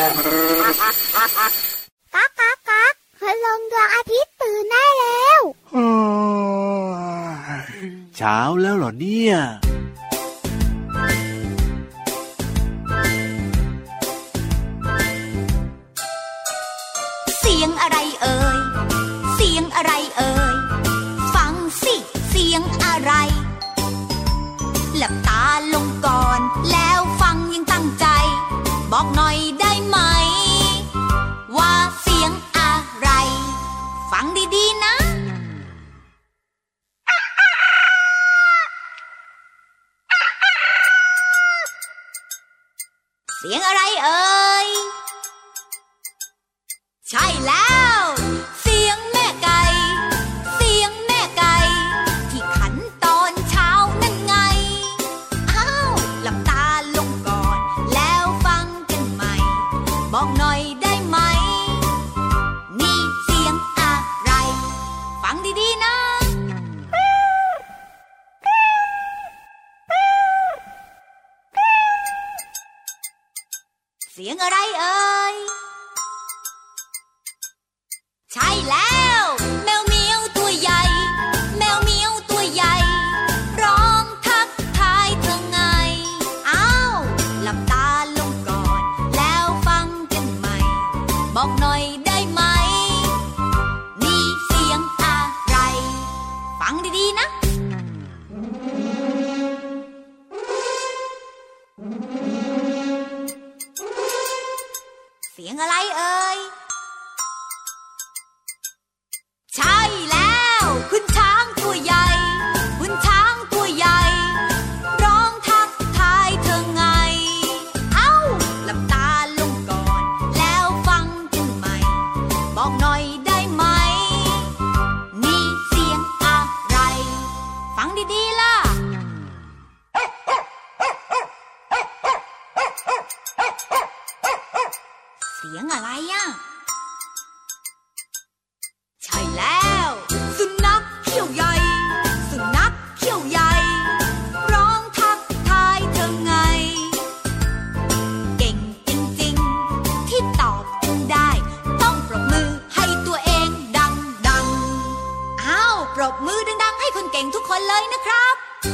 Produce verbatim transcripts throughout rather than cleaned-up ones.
ก๊ากก๊ากก๊ากคืลงดวงอาทิตย์ตื่นได้แล้วเช้าแล้วเหรอเนี่ยเสียงอะไรเอ่ยเสียงอะไรเอ่ยฟังสิเสียงอะไรหลับตาลงก่อนแล้วฟังยังตั้งใจบอกหน่อยได้ไหมว่าเสียงอะไรฟังดีๆนะเสียงอะไรเอ่ยใช่แล้วเสียงแม่ไก่เสียงแม่ไก่ที่ขันตอนเช้านั่นไงอ้าวหลับตาลงก่อนแล้วฟังกันใหม่บอกหน่อยได้ไหมนี่เสียงอะไรฟังดีๆนะเสียงอะไรเอ่ยใช่แล้วแมวเมียวตัวใหญ่แมวเมียวตัวใหญ่ร้องทักทายเธอไงอ้าวหลับตาลงก่อนแล้วฟังกันใหม่บอกหน่อยได้ไหมนี่เสียงอะไรฟังดีๆนะเสียงอะไรเอ่ยใช่แล้วคุณช้างตัวใหญ่คุณช้างตัวใหญ่ร้องทักทายเธอไงเอ้าหลับตาลงก่อนแล้วฟังกันใหม่บอกหน่อยได้ไหมนี่เสียงอะไรฟังดีๆล่ะเสียงอะไรอ่ะใช่แล้วสุนัขเขี้ยวใหญ่สุนัขเขี้ยวใหญ่ร้องทักทายเธอไงเก่งจริงๆที่ตอบจนได้ต้องปรบมือให้ตัวเองดังๆอ้าวปรบมือดังๆให้คนเก่งทุกคนเลยนะครับ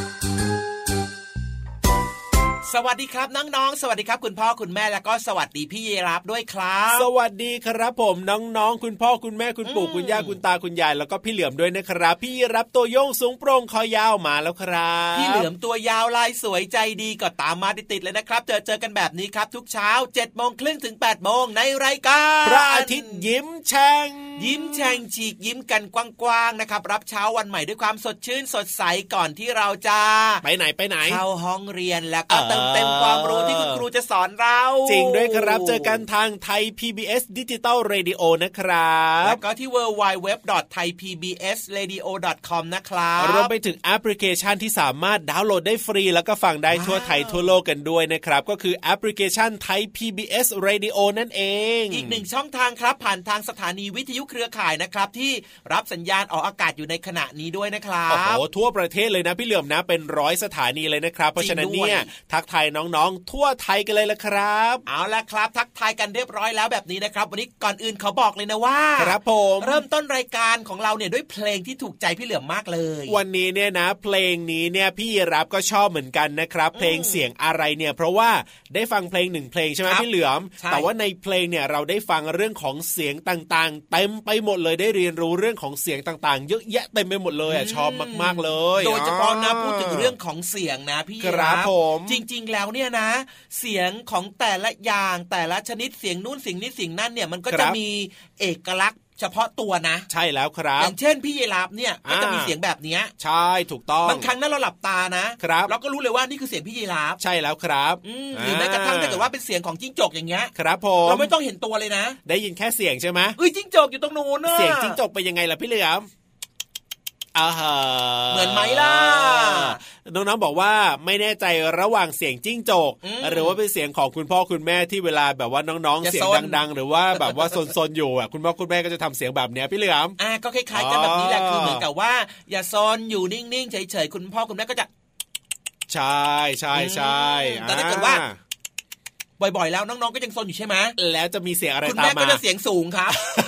สวัสดีครับน้องๆสวัสดีครับคุณพ่อคุณแม่แล้วก็สวัสดีพี่ยีรับด้วยครับสวัสดีครับผมน้องๆคุณพ่อคุณแม่คุณปู่คุณย่าคุณตาคุณยายแล้วก็พี่เหลือมด้วยนะครับพี่ยีรับตัวโยงสูงโปร่งคอยาวมาแล้วครับพี่เหลือมตัวยาวลายสวยใจดีก็ตามมาติดๆเลยนะครับเจอเจอกันแบบนี้ครับทุกเช้า เจ็ดโมงครึ่ง ถึง แปดโมงในรายการพระอาทิตย์ยิ้มแฉ่งยิ้มแฉ่งฉีกยิ้มกันกว้างๆนะครับรับเช้าวันใหม่ด้วยความสดชื่นสดใสก่อนที่เราจะไปไหนไปไหนเข้าห้องเรียนแล้วก็เติมเต็มความรู้ที่คุณครูจะสอนเราจริงด้วยครับเจอกันทางไทย พี บี เอส Digital Radio นะครับแล้วก็ที่ ดับเบิลยู ดับเบิลยู ดับเบิลยู ดอท ไทย พี บี เอส เรดิโอ ดอท คอม นะครับรวมไปถึงแอปพลิเคชันที่สามารถดาวน์โหลดได้ฟรีแล้วก็ฟังได้ทั่วไทยทั่วโลกกันด้วยนะครับก็คือแอปพลิเคชันไทย พี บี เอส Radio นั่นเองอีกหนึ่งช่องทางครับผ่านทางสถานีวิทยุเครือข่ายนะครับที่รับสัญญาณออกอากาศอยู่ในขณะนี้ด้วยนะครับโอ้โหทั่วประเทศเลยนะพี่เหลือมนะเป็นร้อยสถานีเลยนะครับเพราะฉะนั้นเนี่ยทักทายน้องๆทั่วไทยกันเลยละครับเอาละครับทักทายกันเรียบร้อยแล้วแบบนี้นะครับวันนี้ก่อนอื่นขอบอกเลยนะว่าครับผมเริ่มต้นรายการของเราเนี่ยด้วยเพลงที่ถูกใจพี่เหลือมมากเลยวันนี้เนี่ยนะเพลงนี้เนี่ยพี่รับก็ชอบเหมือนกันนะครับเพลงเสียงอะไรเนี่ยเพราะว่าได้ฟังเพลงหนึ่งเพลงใช่ไหมพี่เหลือมแต่ว่าในเพลงเนี่ยเราได้ฟังเรื่องของเสียงต่างๆเต็มไปหมดเลยได้เรียนรู้เรื่องของเสียงต่างๆเยอะแยะเต็มไปหมดเลยอ่ะชอบมากๆเลยโดยเฉพาะนะพูดถึงเรื่องของเสียงนะพี่ครับผมจริงๆแล้วเนี่ยนะเสียงของแต่ละอย่างแต่ละชนิดเสียงนู่นเสียงนี้เสียงนั่นเนี่ยมันก็จะมีเอกลักษณ์เฉพาะตัวนะใช่แล้วครับอย่างเช่นพี่ยีราฟเนี่ยก็จะมีเสียงแบบนี้ใช่ถูกต้องบางครั้งนั้นเราหลับตานะครับเราก็รู้เลยว่านี่คือเสียงพี่ยีราฟใช่แล้วครับหรือแม้กระทั่งถ้าเกิดว่าเป็นเสียงของจิ้งจกอย่างเงี้ยครับผมเราไม่ต้องเห็นตัวเลยนะได้ยินแค่เสียงใช่ไหมเอ้ยจิ้งจกอยู่ตรงนู้นน่ะเสียงจิ้งจกเป็นยังไงล่ะพี่เหลือมอ่าฮะเหมือนไหมล่ะน้องๆบอกว่าไม่แน่ใจระหว่างเสียงจิ้งจกหรือว่าเป็นเสียงของคุณพ่อคุณแม่ที่เวลาแบบว่าน้องๆเสียงดังๆหรือว่าแบบว่าซนๆอยู่อ่ะคุณพ่อคุณแม่ก็จะทำเสียงแบบนี้พี่เหลือมอ่าก็คล้ายๆกันแบบนี้แหละคือเหมือนกับว่าอย่าซนอยู่นิ่งๆเฉยๆคุณพ่อคุณแม่ก็จะใช่ใช่ใช่แต่ถ้าเกิดว่าบ่อยๆแล้วน้องๆก็ยังซนอยู่ใช่ไหมแล้วจะมีเสียงอะไรตามมาคุณแม่ก็จะเสียงสูงครับ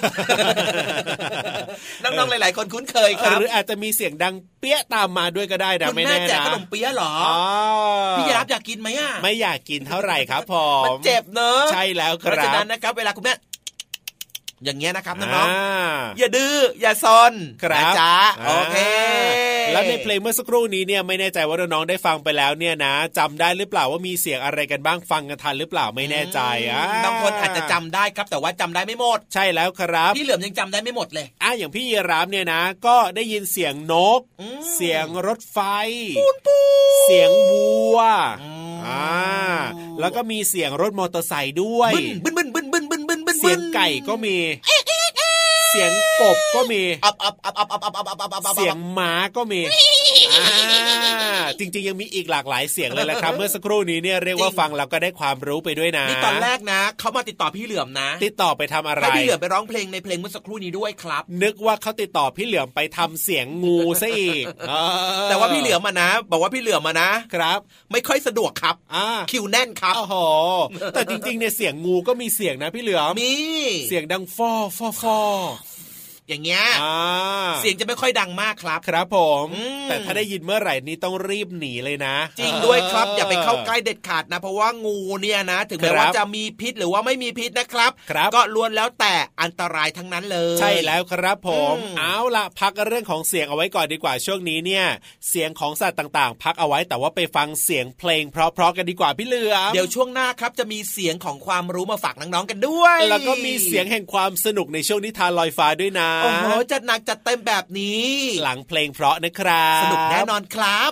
น้องๆหลายๆคนคุ้นเคยครับหรืออาจจะมีเสียงดังเปี้ยตามมาด้วยก็ได้นะไม่แน่นะคุณแม่แจกขนมเปี๊ยะหรอพี่ยีรับอยากกินไหมอ่ะไม่อยากกินเท่าไหร่ครับผมมันเจ็บเนอะใช่แล้วครับเพราะฉะนั้นนะครับเวลาคุณแม่อย่างเงี้ยนะครับน้องๆอย่าดื้ออย่าซนนะจ๊ะโอเคแล้วในเพลงเมื่อสักครู่นี้เนี่ยไม่แน่ใจว่าน้องๆได้ฟังไปแล้วเนี่ยนะจำได้หรือเปล่าว่ามีเสียงอะไรกันบ้างฟังกันทันหรือเปล่าไม่แน่ใจอ่ะบางคนอาจจะจำได้ครับแต่ว่าจำได้ไม่หมดใช่แล้วครับพี่เหลือมยังจำได้ไม่หมดเลยอ่ะอย่างพี่ยีราฟเนี่ยนะก็ได้ยินเสียงนกเสียงรถไฟเสียงวัวอ่าแล้วก็มีเสียงรถมอเตอร์ไซค์ด้วยบึ้นบึ้นบึ้นบึ้นบึ้นบึ้นบึ้นเสียงไก่ก็มีเสียงกบก็มีเสียงม้าก็มีจริงๆยังมีอีกหลากหลายเสียงเลยแหละครับเมื่อสักครู่นี้เนี่ยเรียกว่าฟังแล้วก็ได้ความรู้ไปด้วยนะนี่ตอนแรกนะเขามาติดต่อพี่เหลือมนะติดต่อไปทำอะไรให้พี่เหลือมไปร้องเพลงในเพลงเมื่อสักครู่นี้ด้วยครับนึกว่าเขาติดต่อพี่เหลือมไปทำเสียงงูซะอีกแต่ว่าพี่เหลือมมานะบอกว่าพี่เหลือมมานะครับไม่ค่อยสะดวกครับคิวแน่นครับโอ้โหแต่จริงๆเนี่ยเสียงงูก็มีเสียงนะพี่เหลือมมีเสียงดังฟอฟอฟออย่างเงี้ยเสียงจะไม่ค่อยดังมากครับครับผมแต่ถ้าได้ยินเมื่อไหร่นี่ต้องรีบหนีเลยนะจริงด้วยครับอย่าไปเข้าใกล้เด็ดขาดนะเพราะว่างูเนี่ยนะถึงแม้ว่าจะมีพิษหรือว่าไม่มีพิษนะครับก็ล้วนแล้วแต่อันตรายทั้งนั้นเลยใช่แล้วครับผมเอาล่ะพักเรื่องของเสียงเอาไว้ก่อนดีกว่าช่วงนี้เนี่ยเสียงของสัตว์ต่างๆพักเอาไว้แต่ว่าไปฟังเสียงเพลงเพราะๆกันดีกว่าพี่เหลือมเดี๋ยวช่วงหน้าครับจะมีเสียงของความรู้มาฝากน้องๆกันด้วยแล้วก็มีเสียงแห่งความสนุกในช่วงนิทานลอยฟ้าด้วยนะโอ้โหจัดหนักจัดเต็มแบบนี้หลังเพลงเพราะนะครับสนุกแน่นอนครับ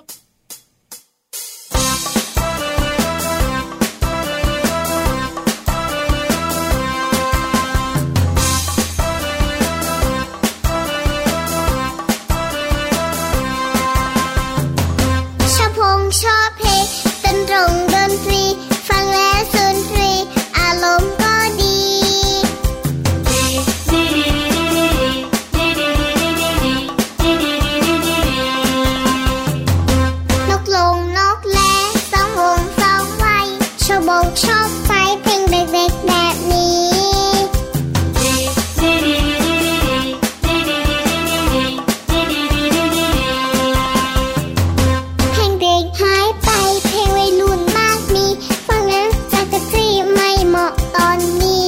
ชอบพงชอบเพลงเต้นตรงดนตรีฟังแล้วสุนทรีอารมณ์ก็ดีชอบไฟเพลงเด็กๆแบบนี้เพลงเด็กหายไปเพลงวัยรุ่นมากมีฟังแล้วจักรจี้ไม่เหมาะตอนนี้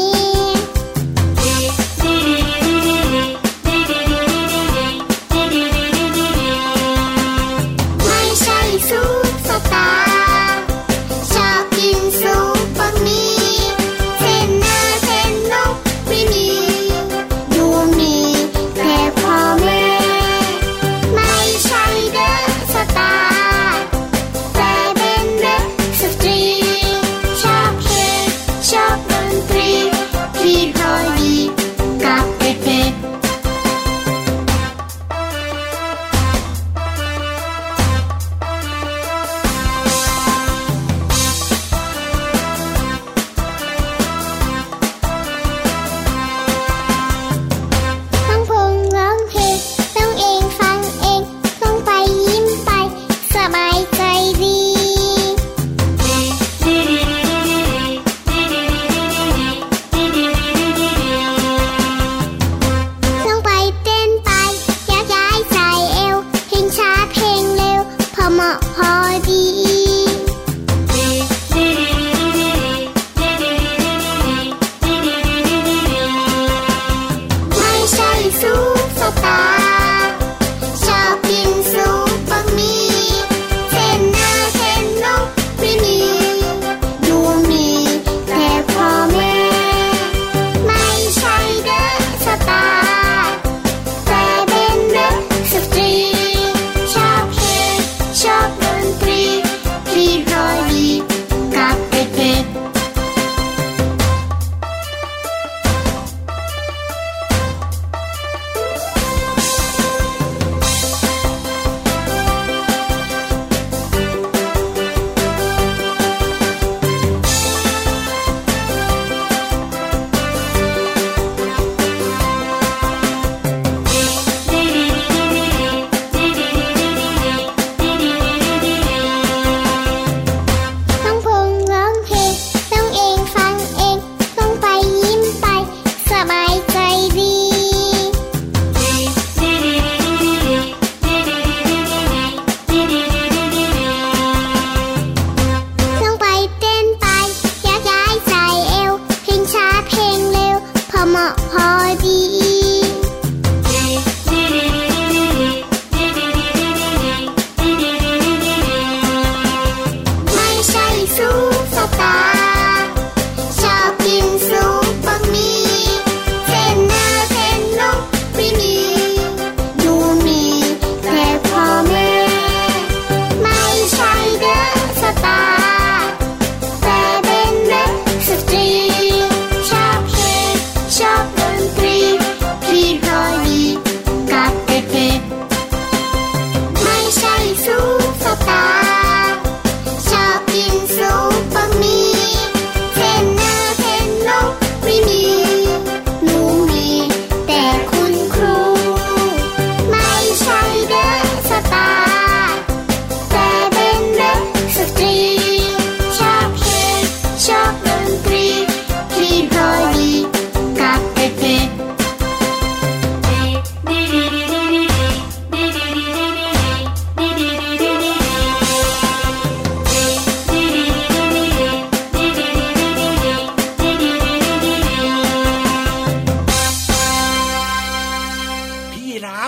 ไม่ใช่ซุปสตาร์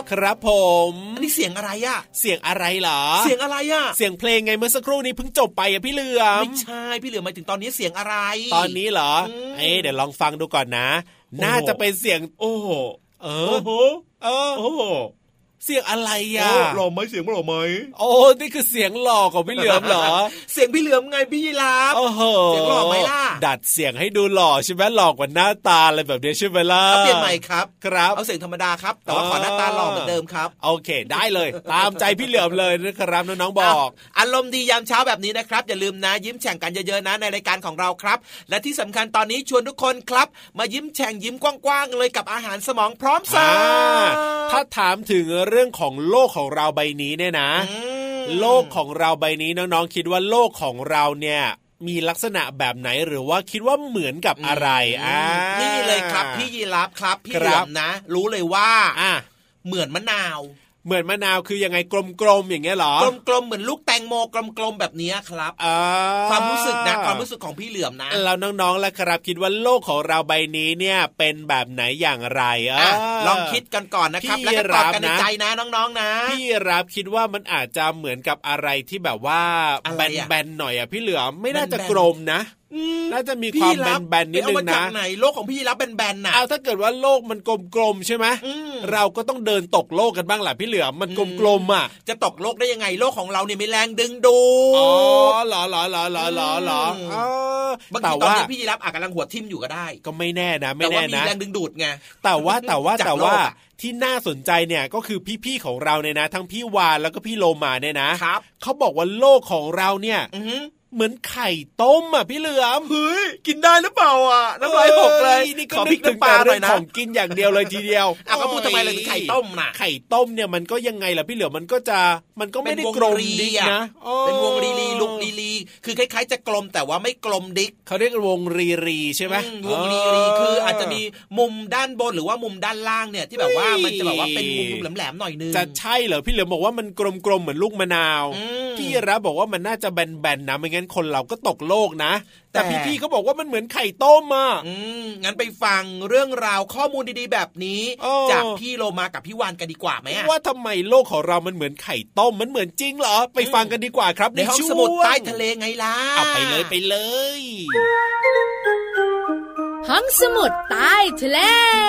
ครับผมอันนี้เสียงอะไรอะเสียงอะไรเหรอเสียงอะไรอะเสียงเพลงไงเมื่อสักครู่นี้เพิ่งจบไปอะพี่เหลือมไม่ใช่พี่เหลือมหมายถึงตอนนี้เสียงอะไรตอนนี้เหรอเอ๊ะเดี๋ยวลองฟังดูก่อนนะน่าจะเป็นเสียงโอ้โหเออเออโอ้โหเสียงอะไรอ่ะหล่อไหมเสียงหล่อไหมโอ้นี่คือเสียงหล่อของพี่เหลือมเหรอเสียงพี่เหลือมไงพี่ยีราฟเสียงหล่อไหมล่ะดัดเสียงให้ดูหล่อใช่ไหมหล่อกว่าหน้าตาอะไรแบบนี้ใช่ไหมล่ะเปลี่ยนใหม่ครับครับเอาเสียงธรรมดาครับแต่ว่าขอหน้าตาหล่อเหมือนเดิมครับโอเคได้เลยตามใจพี่เหลือมเลยนะครับน้องๆบอกอารมณ์ดียามเช้าแบบนี้นะครับอย่าลืมนะยิ้มแฉ่งกันเยอะๆนะในรายการของเราครับและที่สำคัญตอนนี้ชวนทุกคนครับมายิ้มแฉ่งยิ้มกว้างๆเลยกับอาหารสมองพร้อมเสิร์ฟถ้าถามถึงเรื่องของโลกของเราใบนี้เนี่ยนะโลกของเราใบนี้น้องๆคิดว่าโลกของเราเนี่ยมีลักษณะแบบไหนหรือว่าคิดว่าเหมือนกับอะไรอ่านี่เลยครับพี่ยีราฟครับพี่เหลือมนะรู้เลยว่าอ่ะเหมือนมะนาวเหมือนมะนาวคือยังไงกลมๆอย่างเงี้ยหรอกลมๆเหมือนลูกแตงโมกลมๆแบบนี้ครับความรู้สึกนะความรู้สึกของพี่เหลือมนะแล้วน้องๆล่ะครับคิดว่าโลกของเราใบนี้เนี่ยเป็นแบบไหนอย่างไรอ่ะลองคิดกันก่อนนะครับแล้วก็ตอบกันในใจนะน้องๆนะพี่รับคิดว่ามันอาจจะเหมือนกับอะไรที่แบบว่าแบนๆหน่อยอ่ะพี่เหลือมไม่น่าจะกลมนะน่าจะมีความแบนๆนิดนึงนะเอามาจากไหนโลกของพี่รับแบนๆน่ะเอาถ้าเกิดว่าโลกมันกลมๆใช่ไหมเราก็ต้องเดินตกโลกกันบ้างแหละพี่เหลือมมันกลมๆอ่ะจะตกโลกได้ยังไงโลกของเราเนี่ยมีแรงดึงดูดอ๋อเหรอเหรอเหรอเหรอเหรอเหรอบางทีตอนนี้พี่รับอาจกำลังหัวทิ่มอยู่ก็ได้ก็ไม่แน่นะไม่แน่นะแต่ว่ามีแรงดึงดูดไงแต่ว่าแต่ว่าแต่ว่าที่น่าสนใจเนี่ยก็คือพี่ๆของเราเนี่ยนะทั้งพี่วานแล้วก็พี่โลมาเนี่ยนะเขาบอกว่าโลกของเราเนี่ยเหมือนไข่ต้มอ่ะพี่เหลือมเฮ้ยกินได้หรือเปล่าอ่ะน้ำลายหกเลยนี่ก็นึกถึงแต่เรื่องของกินอย่างเดียวเลยทีเดียวอ่ะก็พูดทำไมเลยไข่ต้มน่ะไข่ต้มเนี่ยมันก็ยังไงล่ะพี่เหลือมมันก็จะมันก็ไม่ได้กลมดิกนะเป็นวงรีรีลุกรีรีคือคล้ายๆจะกลมแต่ว่าไม่กลมดิกเขาเรียกวงรีรีใช่ไหมวงรีรีคืออาจจะมีมุมด้านบนหรือว่ามุมด้านล่างเนี่ยที่แบบว่ามันจะแบบว่าเป็นมุมแหลมๆหน่อยนึงจะใช่เหรอพี่เหลือมบอกว่ามันกลมๆเหมือนลูกมะนาวพี่รับบอกว่ามันน่าจะแบนๆนะไม่งั้นคนเราก็ตกโลกนะแต่พี่ๆเขาบอกว่ามันเหมือนไข่ต้มอ่ะอืมงั้นไปฟังเรื่องราวข้อมูลดีๆแบบนี้จากพี่โลมากับพี่วานกันดีกว่าไหมว่าทำไมโลกของเรามันเหมือนไข่ต้มมันเหมือนจริงเหรอไปฟังกันดีกว่าครับในห้องสมุดใต้ทะเลไงล่ะเอาไปเลยไปเลยห้องสมุดใต้ทะเล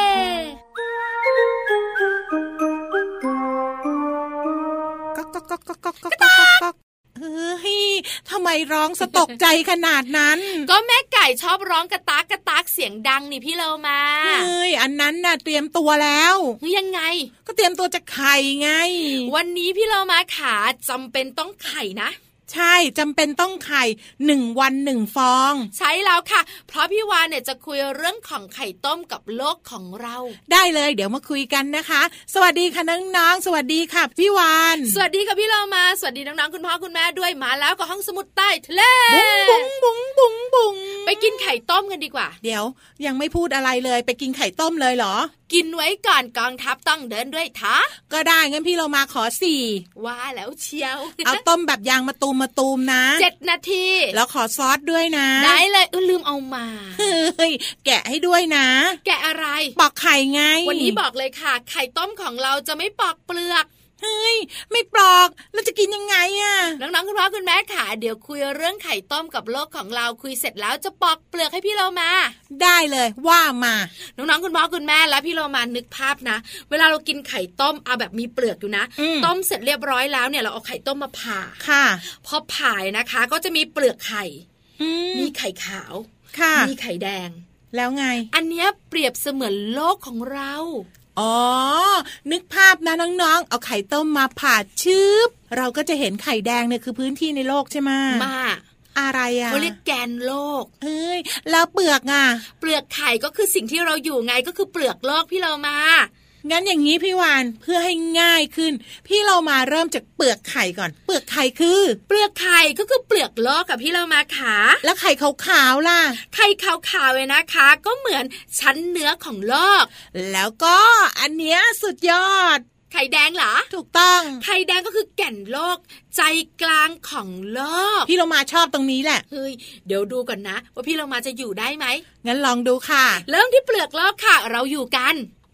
ก๊อกก๊อกก๊อกก๊อกก๊อกก๊อกเฮ้ยทำไมร้องสะตกใจขนาดนั้นก็แม่ไก่ชอบร้องกระตากกระตากเสียงดังนี่พี่เรามาเฮ้ยอันนั้นน่ะเตรียมตัวแล้วยังไงก็เตรียมตัวจะไข่ไงวันนี้พี่เรามาขาจำเป็นต้องไข่นะใช่จำเป็นต้องไข่หนึ่งวันหนึ่งฟองใช่แล้วค่ะเพราะพี่วานเนี่ยจะคุยเรื่องของไข่ต้มกับโลกของเราได้เลยเดี๋ยวมาคุยกันนะคะสวัสดีค่ะน้องๆสวัสดีค่ะพี่วานสวัสดีค่ะพี่เรามาสวัสดีน้องๆคุณพ่อคุณแม่ด้วยมาแล้วกับห้องสมุดใต้ทะเลบุ้งบุ้งบุ้งบุ้งไปกินไข่ต้มกันดีกว่าเดี๋ยวยังไม่พูดอะไรเลยไปกินไข่ต้มเลยเหรอกินไว้ก่อนกองทัพต้องเดินด้วยท้าก็ได้งั้นพี่เรามาขอสี่ว่าแล้วเชียวเอาต้มแบบยางมะตูมมะตูมนะเจ็ดนาทีแล้วขอซอสด้วยนะได้เลยเออลืมเอามาเฮ้ยแกะให้ด้วยนะแกะอะไรปอกไข่ไงวันนี้บอกเลยค่ะไข่ต้มของเราจะไม่ปอกเปลือกเฮ้ยไม่ปลอกแล้วจะกินยังไงอ่ะน้องๆคุณพ่อคุณแม่ค่ะเดี๋ยวคุยเรื่องไข่ต้มกับโลกของเราคุยเสร็จแล้วจะปอกเปลือกให้พี่เรามาได้เลยว่ามาน้องๆคุณพ่อคุณแม่และพี่เรามานึกภาพนะเวลาเรากินไข่ต้มเอาแบบมีเปลือกอยู่นะต้มเสร็จเรียบร้อยแล้วเนี่ยเราเอาไข่ต้มมาผ่าค่ะพอผ่านะคะก็จะมีเปลือกไข่มีไข่ขาวค่ะมีไข่แดงแล้วไงอันเนี้ยเปรียบเสมือนโลกของเราอ๋อนึกภาพนะน้องๆเอาไข่ต้มมาผ่าชืบเราก็จะเห็นไข่แดงเนี่ยคือพื้นที่ในโลกใช่ไหมมาอะไรอ่ะเขาเรียกแกนโลกเอ้ยแล้วเปลือกอ่ะเปลือกไข่ก็คือสิ่งที่เราอยู่ไงก็คือเปลือกโลกพี่เรามางั้นอย่างนี้พี่วานเพื่อให้ง่ายขึ้นพี่เรามาเริ่มจากเปลือกไข่ก่อนเปลือกไข่คือเปลือกไข่ก็คือเปลือกโลกกับพี่เรามาขาแล้วไข่ขาวๆล่ะไข่ขาวๆเลยนะคะก็เหมือนชั้นเนื้อของโลกแล้วก็อันเนี้ยสุดยอดไข่แดงเหรอถูกต้องไข่แดงก็คือแก่นโลกใจกลางของโลกพี่เรามาชอบตรงนี้แหละเฮ้ยเดี๋ยวดูก่อนนะว่าพี่เรามาจะอยู่ได้ไหมงั้นลองดูค่ะเริ่มที่เปลือกโลกค่ะเราอยู่กันเ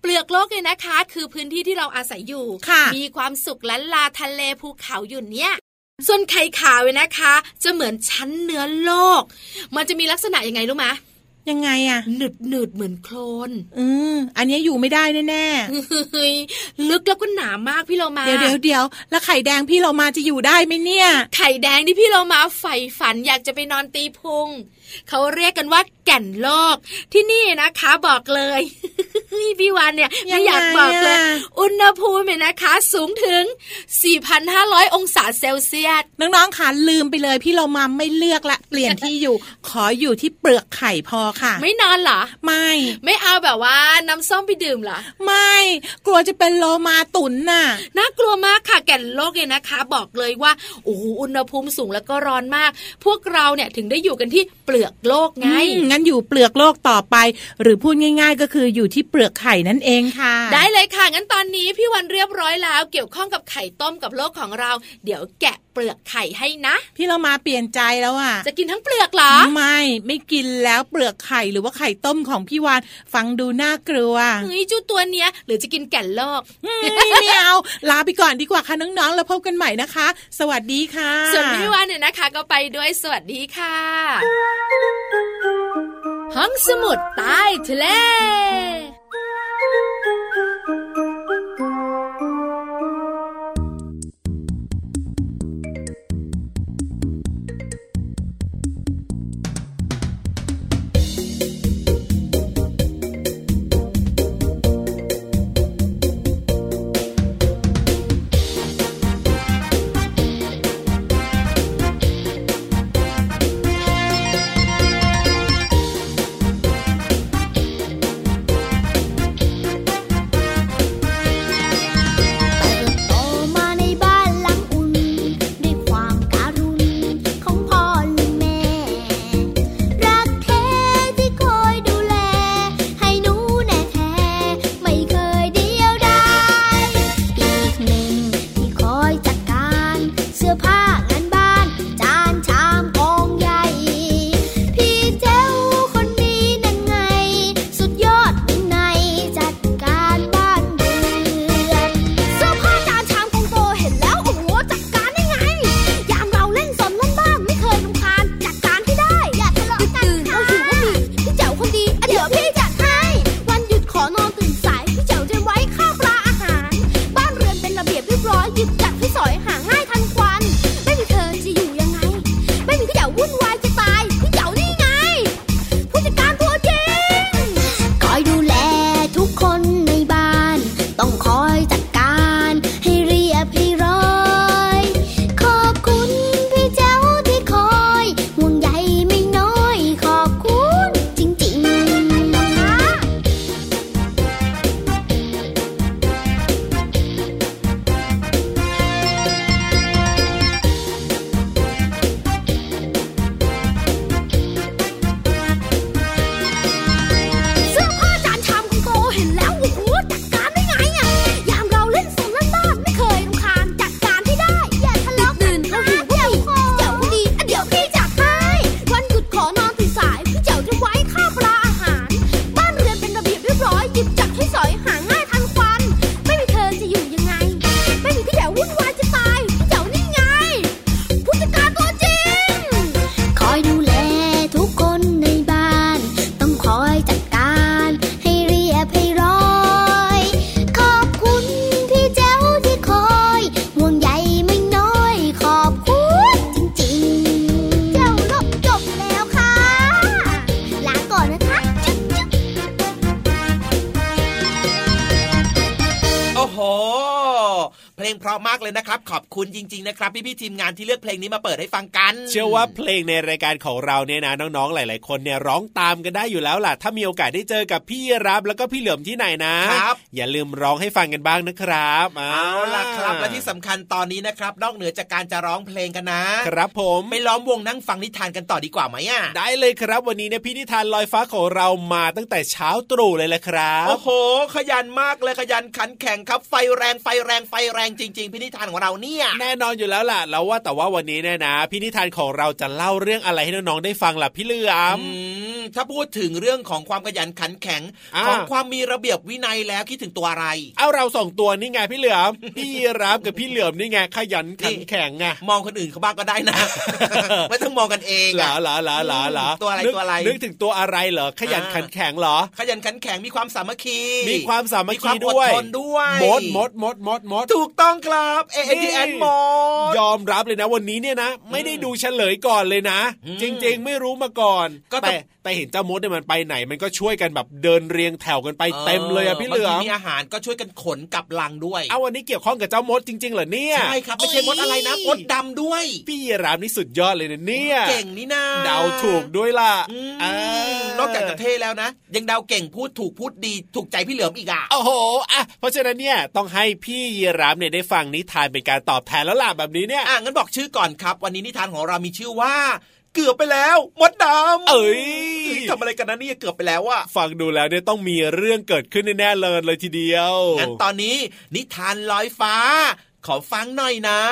ปลือกโลกเนี่ยนะคะคือพื้นที่ที่เราอาศัยอยู่มีความสุขล้านลาทะเลภูเขาอยู่เนี่ยส่วนไข่ขาวเนี่ยนะคะจะเหมือนชั้นเนื้อโลกมันจะมีลักษณะยังไงรู้ไหมยังไงอะหนืดหนืดเหมือนโคลนอืมอันนี้อยู่ไม่ได้แน่ๆลึกแล้วก็หนามากพี่เรามาเดี๋ยวเดี๋ยวเดี๋ยวแล้วไข่แดงพี่เรามาจะอยู่ได้ไหมเนี่ยไข่แดงที่พี่เรามาใฝ่ฝันอยากจะไปนอนตีพุงเขาเรียกกันว่าแก่นโลกที่นี่นะคะบอกเลยพี่วานเนี่ยไม่อยากบอกเลยอุณหภูมิเนี่ยนะคะสูงถึง สี่พันห้าร้อย องศาเซลเซียสน้องๆค่ะลืมไปเลยพี่เรามาไม่เลือกละเปลี่ยนที่อยู่ขออยู่ที่เปลือกไข่พอค่ะไม่นอนเหรอไม่ไม่เอาแบบว่าน้ำส้มไปดื่มเหรอไม่กลัวจะเป็นโลมาตุ่นน่ะน่ากลัวมากค่ะแก่นโลกเนี่ยนะคะบอกเลยว่าโอ้โหอุณหภูมิสูงแล้วก็ร้อนมากพวกเราเนี่ยถึงได้อยู่กันที่เปลือกโลกไงงั้นอยู่เปลือกโลกต่อไปหรือพูดง่ายๆก็คืออยู่ที่เปลือกไข่นั่นเองค่ะได้เลยค่ะงั้นตอนนี้พี่วันเรียบร้อยแล้วเกี่ยวข้องกับไข่ต้มกับโลกของเราเดี๋ยวแกะเปลือกไข่ให้นะพี่เรามาเปลี่ยนใจแล้วอ่ะจะกินทั้งเปลือกเหรอไม่ไม่กินแล้วเปลือกไข่หรือว่าไข่ต้มของพี่วานฟังดูน่ากลัวเฮ้ยจูตัวเนี้ยหรือจะกินแก่นโลกไม่เอาลาไปก่อนดีกว่าค่ะน้องๆแล้วพบกันใหม่นะคะสวัสดีค่ะส่วนพี่วานเนี่ยนะคะก็ไปด้วยสวัสดีค่ะห้องสมุดใต้ทะเลเพลงเพราะมากเลยนะครับขอบคุณจริงๆนะครับพี่ๆทีมงานที่เลือกเพลงนี้มาเปิดให้ฟังกันเชื่อว่าเพลงในรายการของเราเนี่ยนะน้องๆหลายๆคนเนี่ยร้องตามกันได้อยู่แล้วล่ะถ้ามีโอกาสได้เจอกับพี่รับแล้วก็พี่เหลือมที่ไหนนะครับอย่าลืมร้องให้ฟังกันบ้างนะครับเอาล่ะครับและที่สำคัญตอนนี้นะครับนอกเหนือจากการจะร้องเพลงกันนะครับผมไปล้อมวงนั่งฟังนิทานกันต่อดีกว่าไหมอ่ะได้เลยครับวันนี้เนี่ยพี่นิทานลอยฟ้าของเรามาตั้งแต่เช้าตรู่เลยแหละครับโอ้โหขยันมากเลยขยันขันแข็งครับไฟแรงไฟแรงไฟแรงจริงๆพี่นิทานของเราเนี่ยแน่นอนอยู่แล้วล่ะแล้วว่าแต่ว่าวันนี้เนี่ยนะพี่นิทานของเราจะเล่าเรื่องอะไรให้น้องๆได้ฟังล่ะพี่เหลือมถ้าพูดถึงเรื่องของความขยันขันแข็งของความมีระเบียบวินัยแล้วคิดถึงตัวอะไรเอาเราสองตัวนี่ไงพี่เหลือม พี่รับกับพี่เหลือมนี่ไงขยันขันแข็งไงมองคนอื่นเขาบ้างก็ได้นะ ไม่ต้องมองกันเองหลาหลาหลาหลาหลาตัวอะไรตัวอะไรนึกถึงตัวอะไรเหรอขยันขันแข็งเหรอขยันขันแข็งมีความสามัคคีมีความสามัคคีด้วยมดมดมดมดมดถูกต้องครับเอเอทีแอนมดยอมรับเลยนะวันนี้เนี่ยนะไม่ได้ดูเฉลยก่อนเลยนะจริงๆไม่รู้มาก่อนแต่แต่เห็นเจ้ามดเนี่ยมันไปไหนมันก็ช่วยกันแบบเดินเรียงแถวกันไปเต็มเลยอะพี่เหลือมมีอาหารก็ช่วยกันขนกลับลังด้วยเอาวันนี้เกี่ยวข้องกับเจ้ามดจริงๆเหรอเนี่ยใช่ครับไม่ใช่มดอะไรนะมดดำด้วยพี่รามนี่สุดยอดเลยนะเนี่ยเก่งนี่นาเดาถูกด้วยล่ะนอกจากจะเท่แล้วนะยังเดาเก่งพูดถูกพูดดีถูกใจพี่เหลือมอีกอ่ะโอ้โหอ่ะเพราะฉะนั้นเนี่ยต้องให้พี่ยีราฟเนี่ยได้ฟังนิทานเป็นการตอบแทนแล้วล่ะแบบนี้เนี่ยอ่ะงั้นบอกชื่อก่อนครับวันนี้นิทานของเรามีชื่อว่าเกือบไปแล้วมดดำเอ้ยทำอะไรกันนะเนี่ยเกือบไปแล้วอะฟังดูแล้วเนี่ยต้องมีเรื่องเกิดขึ้นแน่ๆเลยเลยทีเดียวงั้นตอนนี้นิทานลอยฟ้าขอฟังหน่อยนะ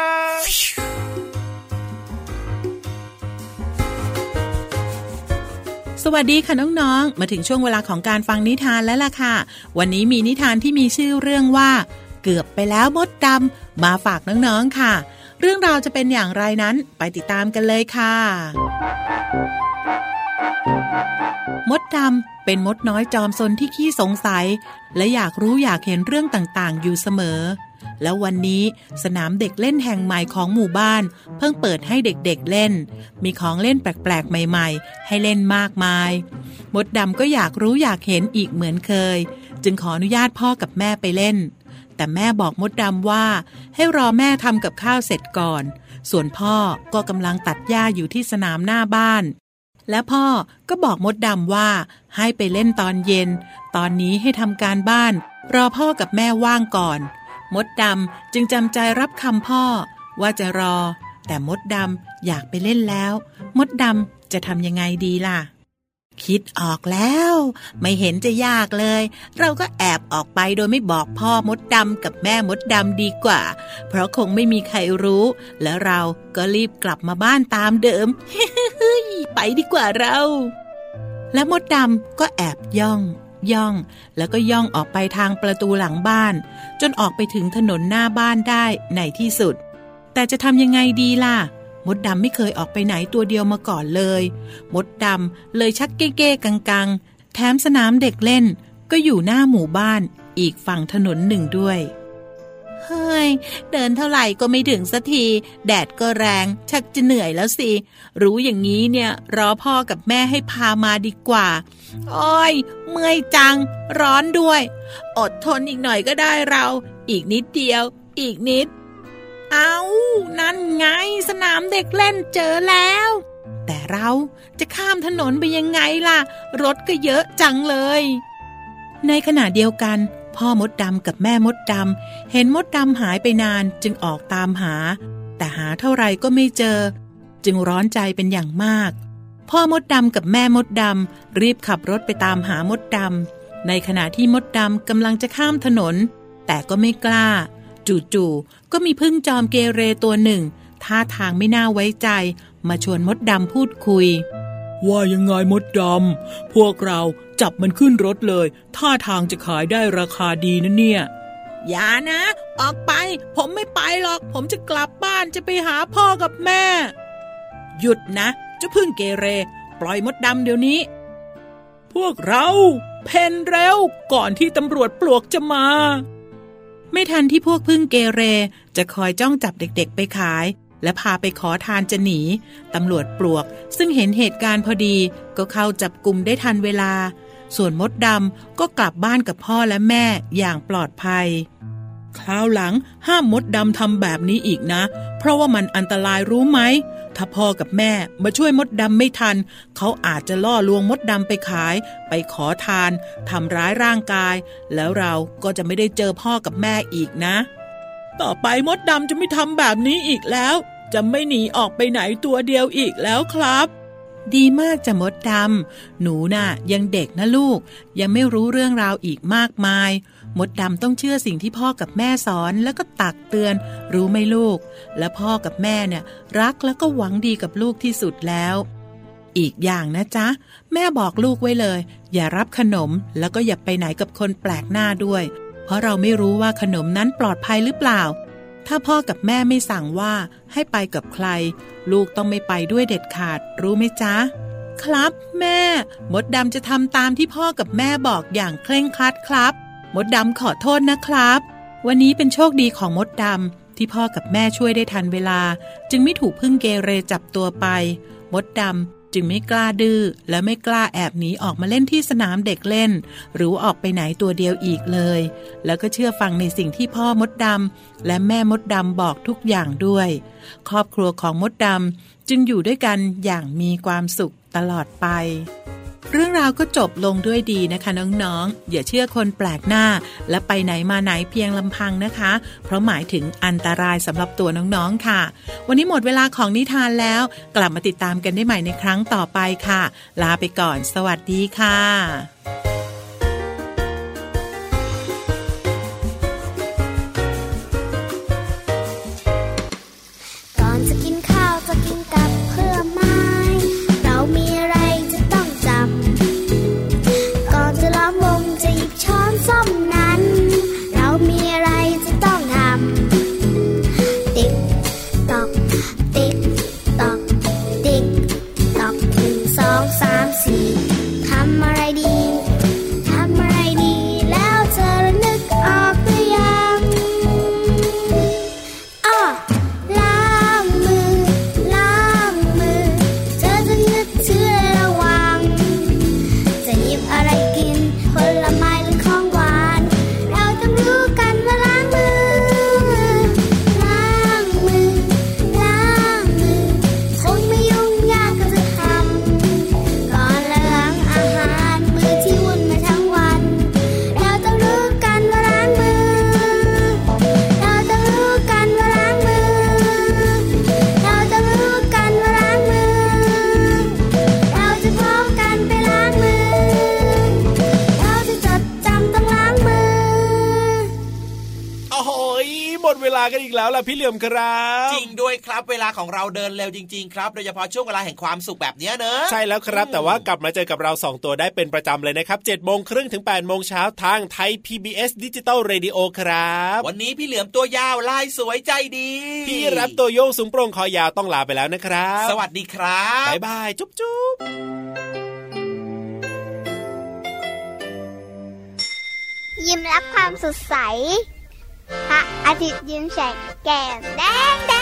สวัสดีค่ะน้องๆมาถึงช่วงเวลาของการฟังนิทานแล้วล่ะค่ะวันนี้มีนิทานที่มีชื่อเรื่องว่าเกือบไปแล้วมดดำมาฝากน้องๆค่ะเรื่องราวจะเป็นอย่างไรนั้นไปติดตามกันเลยค่ะมดดำเป็นมดน้อยจอมซนที่ขี้สงสัยและอยากรู้อยากเห็นเรื่องต่างๆอยู่เสมอแล้ววันนี้สนามเด็กเล่นแห่งใหม่ของหมู่บ้านเพิ่งเปิดให้เด็กๆเล่นมีของเล่นแปลกๆใหม่ๆให้เล่นมากมายมดดำก็อยากรู้อยากเห็นอีกเหมือนเคยจึงขออนุญาตพ่อกับแม่ไปเล่นแต่แม่บอกมดดำว่าให้รอแม่ทำกับข้าวเสร็จก่อนส่วนพ่อก็กำลังตัดหญ้าอยู่ที่สนามหน้าบ้านและพ่อก็บอกมดดำว่าให้ไปเล่นตอนเย็นตอนนี้ให้ทำการบ้านรอพ่อกับแม่ว่างก่อนมดดำจึงจำใจรับคำพ่อว่าจะรอแต่มดดำอยากไปเล่นแล้วมดดำจะทำยังไงดีล่ะคิดออกแล้วไม่เห็นจะยากเลยเราก็แอบออกไปโดยไม่บอกพ่อมดดำกับแม่มดดำดีกว่าเพราะคงไม่มีใครรู้แล้วเราก็รีบกลับมาบ้านตามเดิม ไปดีกว่าเราและมดดำก็แอบย่องย่องแล้วก็ย่องออกไปทางประตูหลังบ้านจนออกไปถึงถนนหน้าบ้านได้ในที่สุดแต่จะทำยังไงดีล่ะมดดำไม่เคยออกไปไหนตัวเดียวมาก่อนเลยมดดำเลยชักเก้ๆกังๆแถมสนามเด็กเล่นก็อยู่หน้าหมู่บ้านอีกฝั่งถนนหนึ่งด้วยเฮ้ยเดินเท่าไหร่ก็ไม่ถึงสักทีแดดก็แรงชักจะเหนื่อยแล้วสิรู้อย่างนี้เนี่ยรอพ่อกับแม่ให้พามาดีกว่าโอ้ยเมื่อยจังร้อนด้วยอดทนอีกหน่อยก็ได้เราอีกนิดเดียวอีกนิดเอานั่นไงสนามเด็กเล่นเจอแล้วแต่เราจะข้ามถนนไปยังไงล่ะรถก็เยอะจังเลยในขณะเดียวกันพ่อมดดำกับแม่มดดำเห็นมดดำหายไปนานจึงออกตามหาแต่หาเท่าไรก็ไม่เจอจึงร้อนใจเป็นอย่างมากพ่อมดดำกับแม่มดดำรีบขับรถไปตามหามดดำในขณะที่มดดำกำลังจะข้ามถนนแต่ก็ไม่กล้าจู่ๆก็มีผึ้งจอมเกเรตัวหนึ่งท่าทางไม่น่าไว้ใจมาชวนมดดำพูดคุยว่ายังไงมดดำพวกเราจับมันขึ้นรถเลยท่าทางจะขายได้ราคาดีนะเนี่ยอย่านะออกไปผมไม่ไปหรอกผมจะกลับบ้านจะไปหาพ่อกับแม่หยุดนะเจ้าผึ้งเกเรปล่อยมดดำเดี๋ยวนี้พวกเราเพ่นเร็วก่อนที่ตำรวจปลวกจะมาไม่ทันที่พวกผึ้งเกเรจะคอยจ้องจับเด็กๆไปขายและพาไปขอทานจะหนีตำรวจปลวกซึ่งเห็นเหตุการณ์พอดีก็เข้าจับกุมได้ทันเวลาส่วนมดดำก็กลับบ้านกับพ่อและแม่อย่างปลอดภัยคราวหลังห้ามมดดำทำแบบนี้อีกนะเพราะว่ามันอันตรายรู้ไหมถ้าพ่อกับแม่มาช่วยมดดำไม่ทันเขาอาจจะล่อลวงมดดำไปขายไปขอทานทำร้ายร่างกายแล้วเราก็จะไม่ได้เจอพ่อกับแม่อีกนะต่อไปมดดำจะไม่ทำแบบนี้อีกแล้วจะไม่หนีออกไปไหนตัวเดียวอีกแล้วครับดีมากจ้ะมดดำหนูน่ะยังเด็กนะลูกยังไม่รู้เรื่องราวอีกมากมายมดดำต้องเชื่อสิ่งที่พ่อกับแม่สอนแล้วก็ตักเตือนรู้ไหมลูกและพ่อกับแม่เนี่ยรักแล้วก็หวังดีกับลูกที่สุดแล้วอีกอย่างนะจ๊ะแม่บอกลูกไว้เลยอย่ารับขนมแล้วก็อย่าไปไหนกับคนแปลกหน้าด้วยเพราะเราไม่รู้ว่าขนมนั้นปลอดภัยหรือเปล่าถ้าพ่อกับแม่ไม่สั่งว่าให้ไปกับใครลูกต้องไม่ไปด้วยเด็ดขาดรู้ไหมจ๊ะครับแม่มดดำจะทำตามที่พ่อกับแม่บอกอย่างเคร่งครัดครับมดดำขอโทษนะครับวันนี้เป็นโชคดีของมดดำที่พ่อกับแม่ช่วยได้ทันเวลาจึงไม่ถูกพึ่งเกเรจับตัวไปมดดำจึงไม่กล้าดื้อและไม่กล้าแอบหนีออกมาเล่นที่สนามเด็กเล่นหรือออกไปไหนตัวเดียวอีกเลยแล้วก็เชื่อฟังในสิ่งที่พ่อมดดำและแม่มดดำบอกทุกอย่างด้วยครอบครัวของมดดำจึงอยู่ด้วยกันอย่างมีความสุขตลอดไปเรื่องราวก็จบลงด้วยดีนะคะน้องๆอย่าเชื่อคนแปลกหน้าและไปไหนมาไหนเพียงลำพังนะคะเพราะหมายถึงอันตรายสำหรับตัวน้องๆค่ะวันนี้หมดเวลาของนิทานแล้วกลับมาติดตามกันได้ใหม่ในครั้งต่อไปค่ะลาไปก่อนสวัสดีค่ะก่อนจะกินข้าวจะกินกับเพื่อไม้เรามีอะไรจะต้องจำก่อนจะล้อมวงจะหยิบช้อนส้อมนั้นเรามีอะไรจะต้องทำติ๊กตอกติ๊กตอกติ๊กตอกหนึ่งสองสามสี่ทำอะไรดีทำอะไรดีแล้วเธอนึกออกหรือยังอ้อล้างมือล้างมือเธอจะนึกถึงระวังจะหยิบอะไรกินผลไม้หรือของหวานเราต้องรู้กันว่าล้างมือล้างมือล้างมือคงไม่ยุ่งยากก็จะทำก่อนล้างอาหารมือที่วุ่นมาทั้งวันเราต้องรู้กันว่าล้างมือเราต้องรู้กันว่าล้างมือเราต้องรู้กันว่าล้างมือเราจะพร้อมกันไปล้างมือเราจะจดจำต้องล้างมือโอ้โหหมดเวลากันอีกแล้วล่ะพี่เหลี่ยมครับจริงด้วยครับเวลาของเราเดินเร็วจริงๆครับโดยเฉพาะช่วงเวลาแห่งความสุขแบบนี้เนอะใช่แล้วครับแต่ว่ากลับมาเจอกับเราสองตัวได้เป็นประจำเลยนะครับ เจ็ดโมงครึ่งถึง แปดโมงเช้าทางไทย พี บี เอส Digital Radio ครับวันนี้พี่เหลือมตัวยาวลายสวยใจดีพี่รับตัวโยงสูงโปร่งคอยาวต้องลาไปแล้วนะครับสวัสดีครับบ๊ายบายจุ๊บจุ๊บยิ้มรับความสดใสพระอาทิตย์ยิ้มแฉกแก้มแดงแด